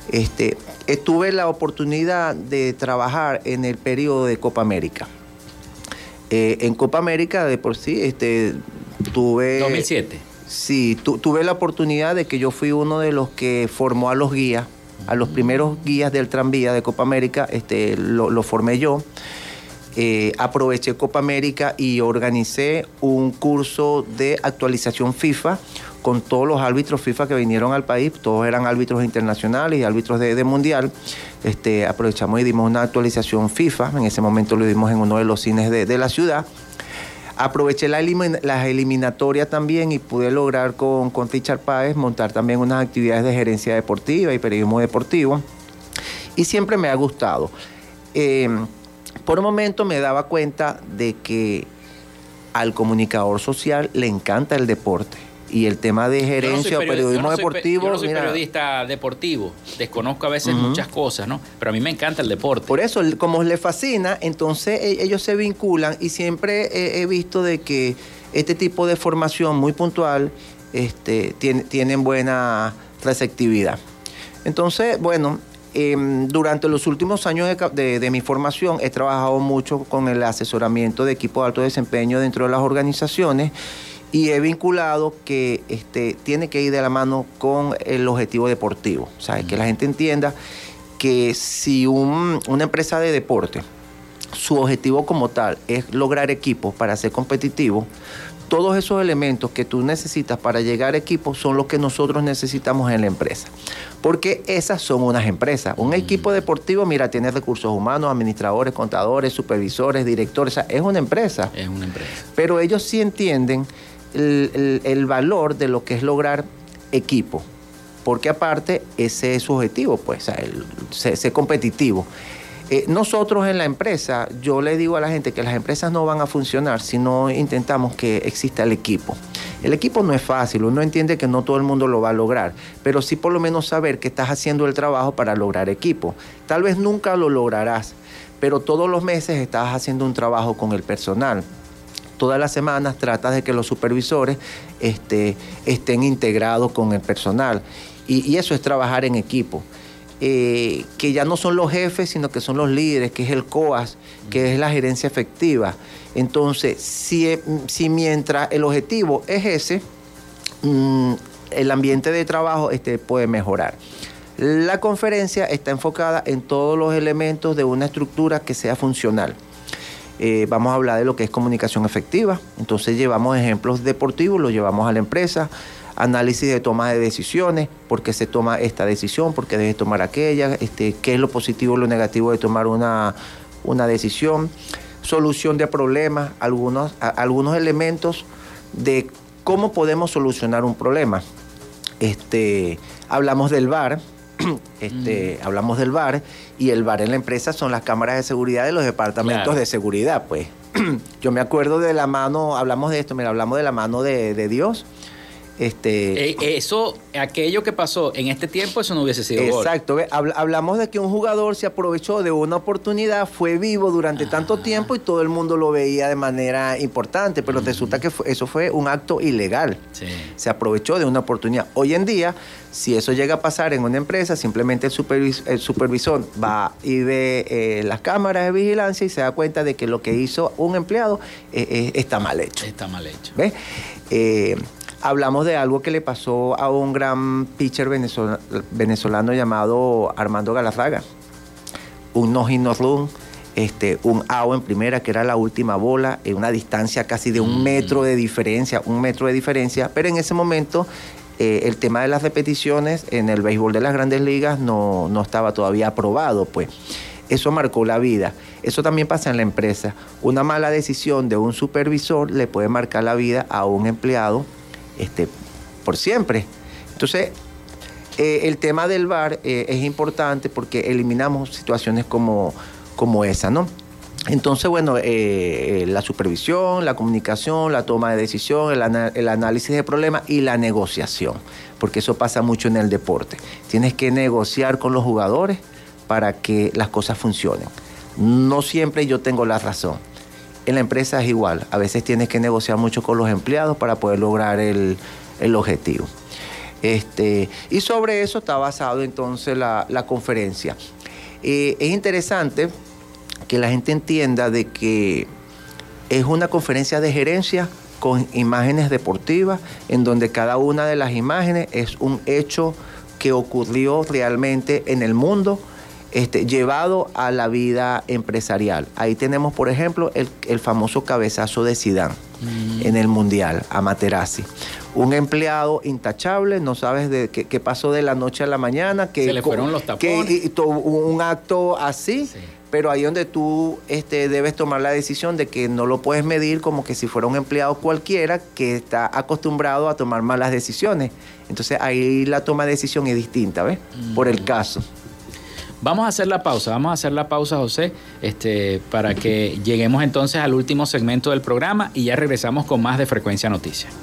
tuve la oportunidad de trabajar en el periodo de Copa América. En Copa América, de por sí, tuve... 2007. Sí, tuve la oportunidad de que yo fui uno de los que formó a los guías, a los primeros guías del tranvía de Copa América, lo formé yo. Aproveché Copa América y organicé un curso de actualización FIFA con todos los árbitros FIFA que vinieron al país. Todos eran árbitros internacionales y árbitros de mundial. Aprovechamos y dimos una actualización FIFA. En ese momento lo dimos en uno de los cines de la ciudad. Aproveché las eliminatorias también y pude lograr con Richard Páez montar también unas actividades de gerencia deportiva y periodismo deportivo. Y siempre me ha gustado. Por un momento me daba cuenta de que al comunicador social le encanta el deporte. Y el tema de gerencia o periodismo deportivo... Yo no soy periodista deportivo, desconozco a veces muchas cosas, ¿no? Pero a mí me encanta el deporte. Por eso, como les fascina, entonces ellos se vinculan y siempre he visto de que este tipo de formación muy puntual tienen buena receptividad. Entonces, bueno... durante los últimos años de mi formación he trabajado mucho con el asesoramiento de equipos de alto desempeño dentro de las organizaciones y he vinculado que tiene que ir de la mano con el objetivo deportivo. O sea, que la gente entienda que si una empresa de deporte, su objetivo como tal es lograr equipos para ser competitivo, todos esos elementos que tú necesitas para llegar a equipos son los que nosotros necesitamos en la empresa. Porque esas son unas empresas. Un equipo deportivo, mira, tiene recursos humanos, administradores, contadores, supervisores, directores. O sea, es una empresa. Es una empresa. Pero ellos sí entienden el valor de lo que es lograr equipo. Porque aparte, ese es su objetivo, pues, o sea, ser competitivo. Nosotros en la empresa, yo le digo a la gente que las empresas no van a funcionar si no intentamos que exista el equipo. El equipo no es fácil, uno entiende que no todo el mundo lo va a lograr, pero sí por lo menos saber que estás haciendo el trabajo para lograr equipo. Tal vez nunca lo lograrás, pero todos los meses estás haciendo un trabajo con el personal. Todas las semanas tratas de que los supervisores estén integrados con el personal y eso es trabajar en equipo. Que ya no son los jefes, sino que son los líderes, que es el COAS, que es la gerencia efectiva. Entonces, si mientras el objetivo es ese, el ambiente de trabajo puede mejorar. La conferencia está enfocada en todos los elementos de una estructura que sea funcional. Vamos a hablar de lo que es comunicación efectiva. Entonces, llevamos ejemplos deportivos, los llevamos a la empresa. Análisis de toma de decisiones, por qué se toma esta decisión, por qué debe tomar aquella, qué es lo positivo y lo negativo de tomar una decisión, solución de problemas, algunos elementos de cómo podemos solucionar un problema. Hablamos del VAR, hablamos del VAR, y el VAR en la empresa son las cámaras de seguridad de los departamentos de seguridad, pues. Yo me acuerdo de la mano, hablamos de esto, mira, hablamos de la mano de Dios. Aquello que pasó en este tiempo, eso no hubiese sido gol. Exacto. Hablamos de que un jugador se aprovechó de una oportunidad, fue vivo durante tanto tiempo y todo el mundo lo veía de manera importante, pero resulta que eso fue un acto ilegal. Sí. Se aprovechó de una oportunidad. Hoy en día, si eso llega a pasar en una empresa, simplemente el supervisor va y ve las cámaras de vigilancia y se da cuenta de que lo que hizo un empleado está mal hecho. Está mal hecho. ¿Ves? Hablamos de algo que le pasó a un gran pitcher venezolano llamado Armando Galarraga. un no-hit no run, un out en primera, que era la última bola, en una distancia casi de 1 metro de diferencia, pero en ese momento el tema de las repeticiones en el béisbol de las Grandes Ligas no estaba todavía aprobado, pues. Eso marcó la vida. Eso también pasa en la empresa. Una mala decisión de un supervisor le puede marcar la vida a un empleado por siempre. Entonces, el tema del VAR es importante porque eliminamos situaciones como esa, ¿no? Entonces, bueno, la supervisión, la comunicación, la toma de decisión, el análisis de problemas y la negociación, porque eso pasa mucho en el deporte. Tienes que negociar con los jugadores para que las cosas funcionen. No siempre yo tengo la razón. En la empresa es igual. A veces tienes que negociar mucho con los empleados para poder lograr el objetivo. Y sobre eso está basado entonces la conferencia. Es interesante que la gente entienda de que es una conferencia de gerencia con imágenes deportivas, en donde cada una de las imágenes es un hecho que ocurrió realmente en el mundo, llevado a la vida empresarial. Ahí tenemos, por ejemplo, el famoso cabezazo de Zidane en el Mundial, a Materazzi. Un empleado intachable, no sabes de qué pasó de la noche a la mañana. Se le fueron los tapones. Y un acto así, sí. Pero ahí donde tú debes tomar la decisión de que no lo puedes medir como que si fuera un empleado cualquiera que está acostumbrado a tomar malas decisiones. Entonces ahí la toma de decisión es distinta, ¿ves? Por el caso. Vamos a hacer la pausa, José, para que lleguemos entonces al último segmento del programa y ya regresamos con más de Frecuencia Noticias.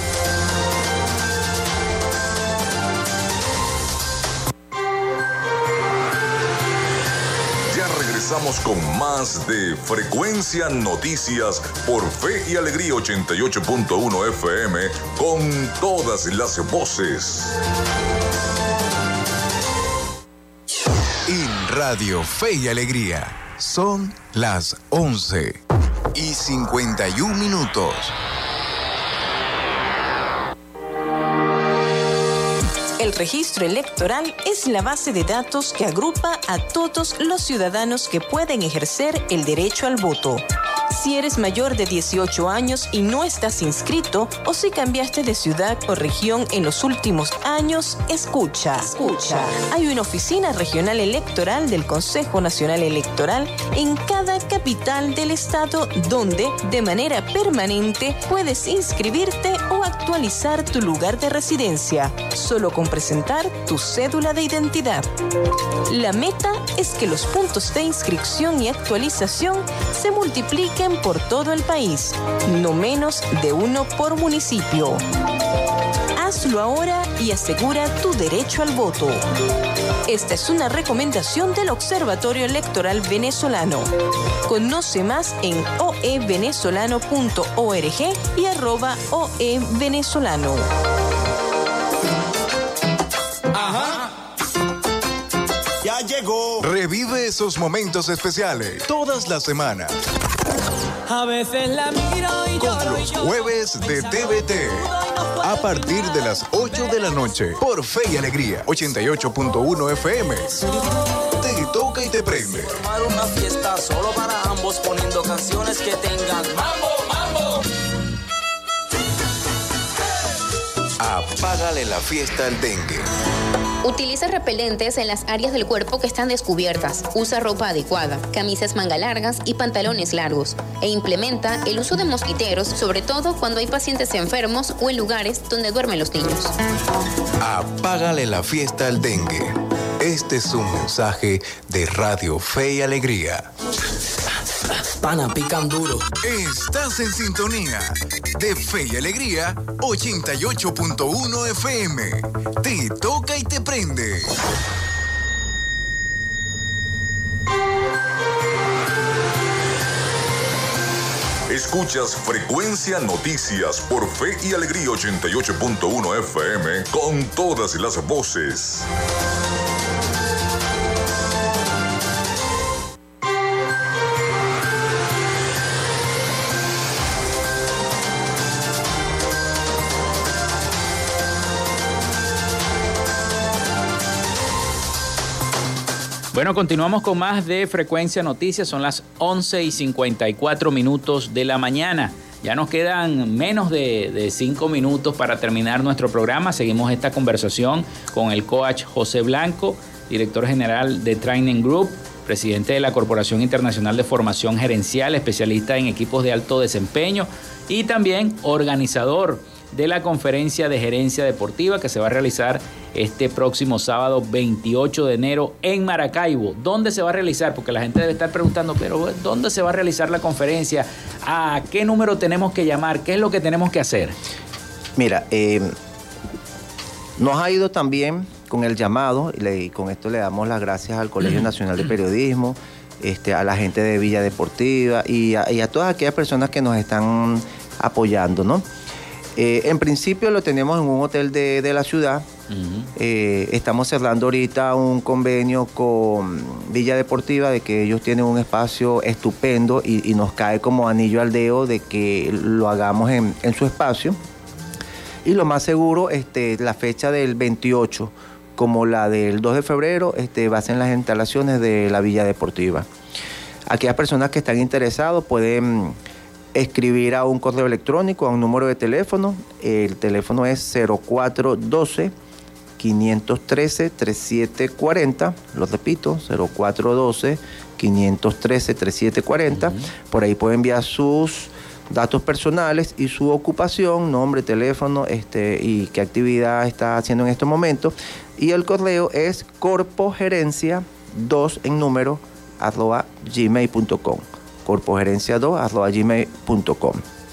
Ya regresamos con más de Frecuencia Noticias por Fe y Alegría 88.1 FM con todas las voces. En Radio Fe y Alegría son las 11:51. El registro electoral es la base de datos que agrupa a todos los ciudadanos que pueden ejercer el derecho al voto. Si eres mayor de 18 años y no estás inscrito, o si cambiaste de ciudad o región en los últimos años, escucha. Hay una oficina regional electoral del Consejo Nacional Electoral en cada capital del estado donde, de manera permanente, puedes inscribirte o actualizar tu lugar de residencia, solo con presentar tu cédula de identidad. La meta es que los puntos de inscripción y actualización se multipliquen por todo el país, no menos de 1 por municipio. Hazlo ahora y asegura tu derecho al voto. Esta es una recomendación del Observatorio Electoral Venezolano. Conoce más en oevenezolano.org y @oevenezolano. Ajá. Ya llegó. Revive esos momentos especiales todas las semanas. A veces la miro y con los jueves de TVT. A partir de las 8 de la noche. Por Fe y Alegría 88.1 FM. Te toca y te prende. Formar una fiesta solo para ambos, poniendo canciones que tengan mambo, mambo. Apágale la fiesta al dengue. Utiliza repelentes en las áreas del cuerpo que están descubiertas. Usa ropa adecuada, camisas manga largas y pantalones largos. E implementa el uso de mosquiteros, sobre todo cuando hay pacientes enfermos o en lugares donde duermen los niños. Apágale la fiesta al dengue. Este es un mensaje de Radio Fe y Alegría. Pana, pican duro. Estás en sintonía de Fe y Alegría 88.1 FM. Te toca y te prende. Escuchas Frecuencia Noticias por Fe y Alegría 88.1 FM con todas las voces. Bueno, continuamos con más de Frecuencia Noticias. Son las 11:54 de la mañana. Ya nos quedan menos de 5 minutos para terminar nuestro programa. Seguimos esta conversación con el coach José Blanco, director general de Training Group, presidente de la Corporación Internacional de Formación Gerencial, especialista en equipos de alto desempeño y también organizador de la conferencia de gerencia deportiva que se va a realizar este próximo sábado 28 de enero en Maracaibo. ¿Dónde se va a realizar? Porque la gente debe estar preguntando, pero ¿dónde se va a realizar la conferencia? ¿A qué número tenemos que llamar? ¿Qué es lo que tenemos que hacer? Mira, nos ha ido también con el llamado, y con esto le damos las gracias al Colegio Nacional de Periodismo, a la gente de Villa Deportiva y a todas aquellas personas que nos están apoyando, ¿no? En principio lo tenemos en un hotel de la ciudad. Estamos cerrando ahorita un convenio con Villa Deportiva de que ellos tienen un espacio estupendo y nos cae como anillo al dedo de que lo hagamos en su espacio. Y lo más seguro, la fecha del 28 como la del 2 de febrero va a ser en las instalaciones de la Villa Deportiva. Aquellas personas que están interesados pueden escribir a un correo electrónico, a un número de teléfono. El teléfono es 0412-513-3740. Lo repito, 0412-513-3740. Por ahí pueden enviar sus datos personales y su ocupación, nombre, teléfono y qué actividad está haciendo en este momento. Y el correo es corpogerencia2 en número @gmail.com. corpogerencia2@gmail.com.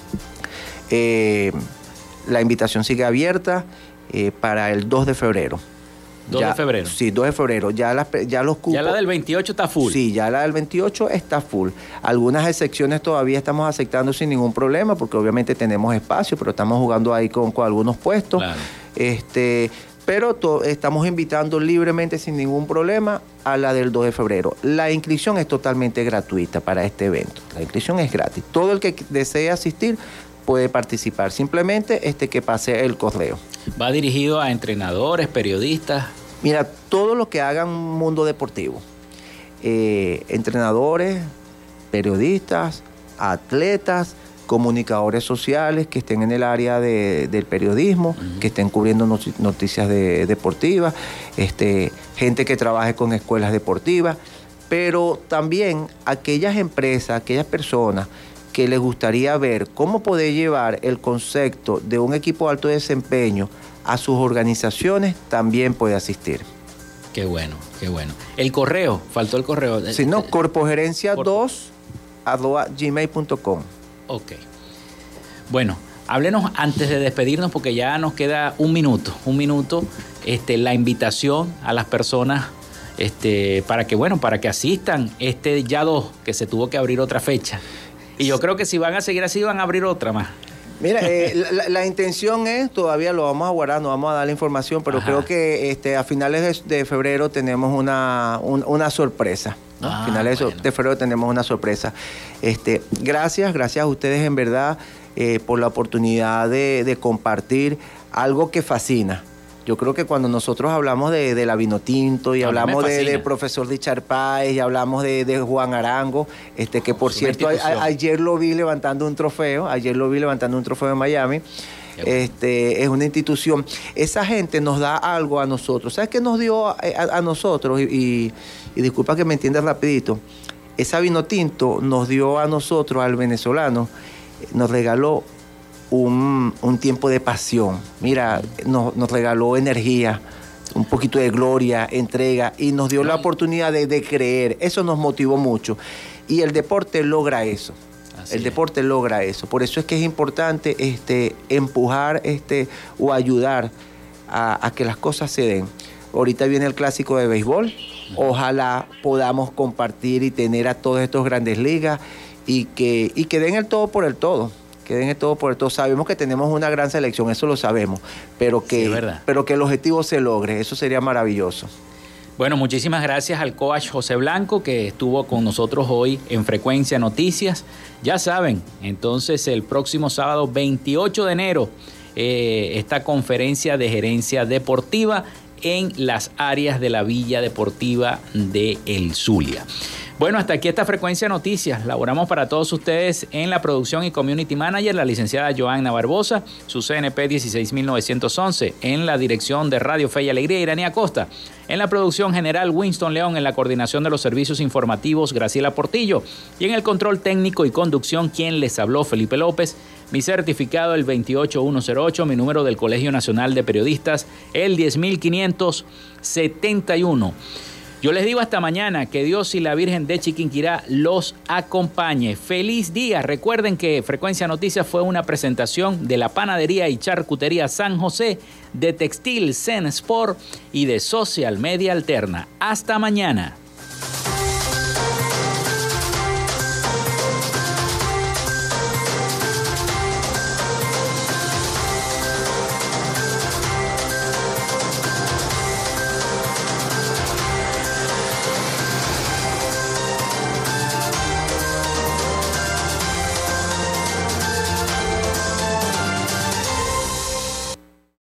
La invitación sigue abierta para el 2 de febrero. 2 de febrero. Sí, 2 de febrero. Ya los cupos. Ya la del 28 está full. Sí, ya la del 28 está full. Algunas excepciones todavía estamos aceptando sin ningún problema, porque obviamente tenemos espacio, pero estamos jugando ahí con algunos puestos. Claro. Pero estamos invitando libremente, sin ningún problema, a la del 2 de febrero. La inscripción es totalmente gratuita para este evento. La inscripción es gratis. Todo el que desee asistir puede participar. Simplemente que pase el correo. ¿Va dirigido a entrenadores, periodistas? Mira, todo lo que hagan mundo deportivo. Entrenadores, periodistas, atletas, comunicadores sociales que estén en el área del periodismo, que estén cubriendo noticias deportivas, gente que trabaje con escuelas deportivas, pero también aquellas empresas, aquellas personas que les gustaría ver cómo poder llevar el concepto de un equipo de alto desempeño a sus organizaciones, también puede asistir. Qué bueno, qué bueno. El correo, faltó el correo. Sí, no, corpogerencia2@gmail.com. Ok. Bueno, háblenos antes de despedirnos porque ya nos queda un minuto, la invitación a las personas para que asistan ya 2, que se tuvo que abrir otra fecha. Y yo creo que si van a seguir así van a abrir otra más. Mira, la intención es, todavía lo vamos a guardar, no vamos a dar la información, pero creo que a finales de febrero tenemos una sorpresa. ¿No? A finales de febrero tenemos una sorpresa. Gracias a ustedes en verdad por la oportunidad de compartir algo que fascina. Yo creo que cuando nosotros hablamos de la Vinotinto y hablamos de profesor Richard Páez y hablamos de Juan Arango, que por cierto ayer lo vi levantando un trofeo en Miami. Es una institución. Esa gente nos da algo a nosotros. ¿Sabes qué nos dio a nosotros? Y disculpa que me entiendas rapidito. Esa Vinotinto nos dio a nosotros, al venezolano, nos regaló un tiempo de pasión. Mira, nos regaló energía, un poquito de gloria, entrega, y nos dio la oportunidad de creer. Eso nos motivó mucho. Y el deporte logra eso. Deporte logra eso. Por eso es que es importante empujar o ayudar a que las cosas se den. Ahorita viene el clásico de béisbol. Ojalá podamos compartir y tener a todos estos grandes ligas y que den el todo por el todo. Sabemos que tenemos una gran selección, eso lo sabemos, pero que el objetivo se logre. Eso sería maravilloso. Bueno, muchísimas gracias al coach José Blanco, que estuvo con nosotros hoy en Frecuencia Noticias. Ya saben, entonces el próximo sábado 28 de enero, esta conferencia de gerencia deportiva en las áreas de la Villa Deportiva de El Zulia. Bueno, hasta aquí esta Frecuencia Noticias. Laboramos para todos ustedes en la producción y community manager, la licenciada Joanna Barbosa, su CNP 16911, en la dirección de Radio Fe y Alegría, Iranía Costa, en la producción general Winston León, en la coordinación de los servicios informativos Graciela Portillo y en el control técnico y conducción quien les habló, Felipe López. Mi certificado el 28108, mi número del Colegio Nacional de Periodistas el 10571. Yo les digo hasta mañana, que Dios y la Virgen de Chiquinquirá los acompañe. ¡Feliz día! Recuerden que Frecuencia Noticias fue una presentación de la Panadería y Charcutería San José, de Textil Zen Sport y de Social Media Alterna. ¡Hasta mañana!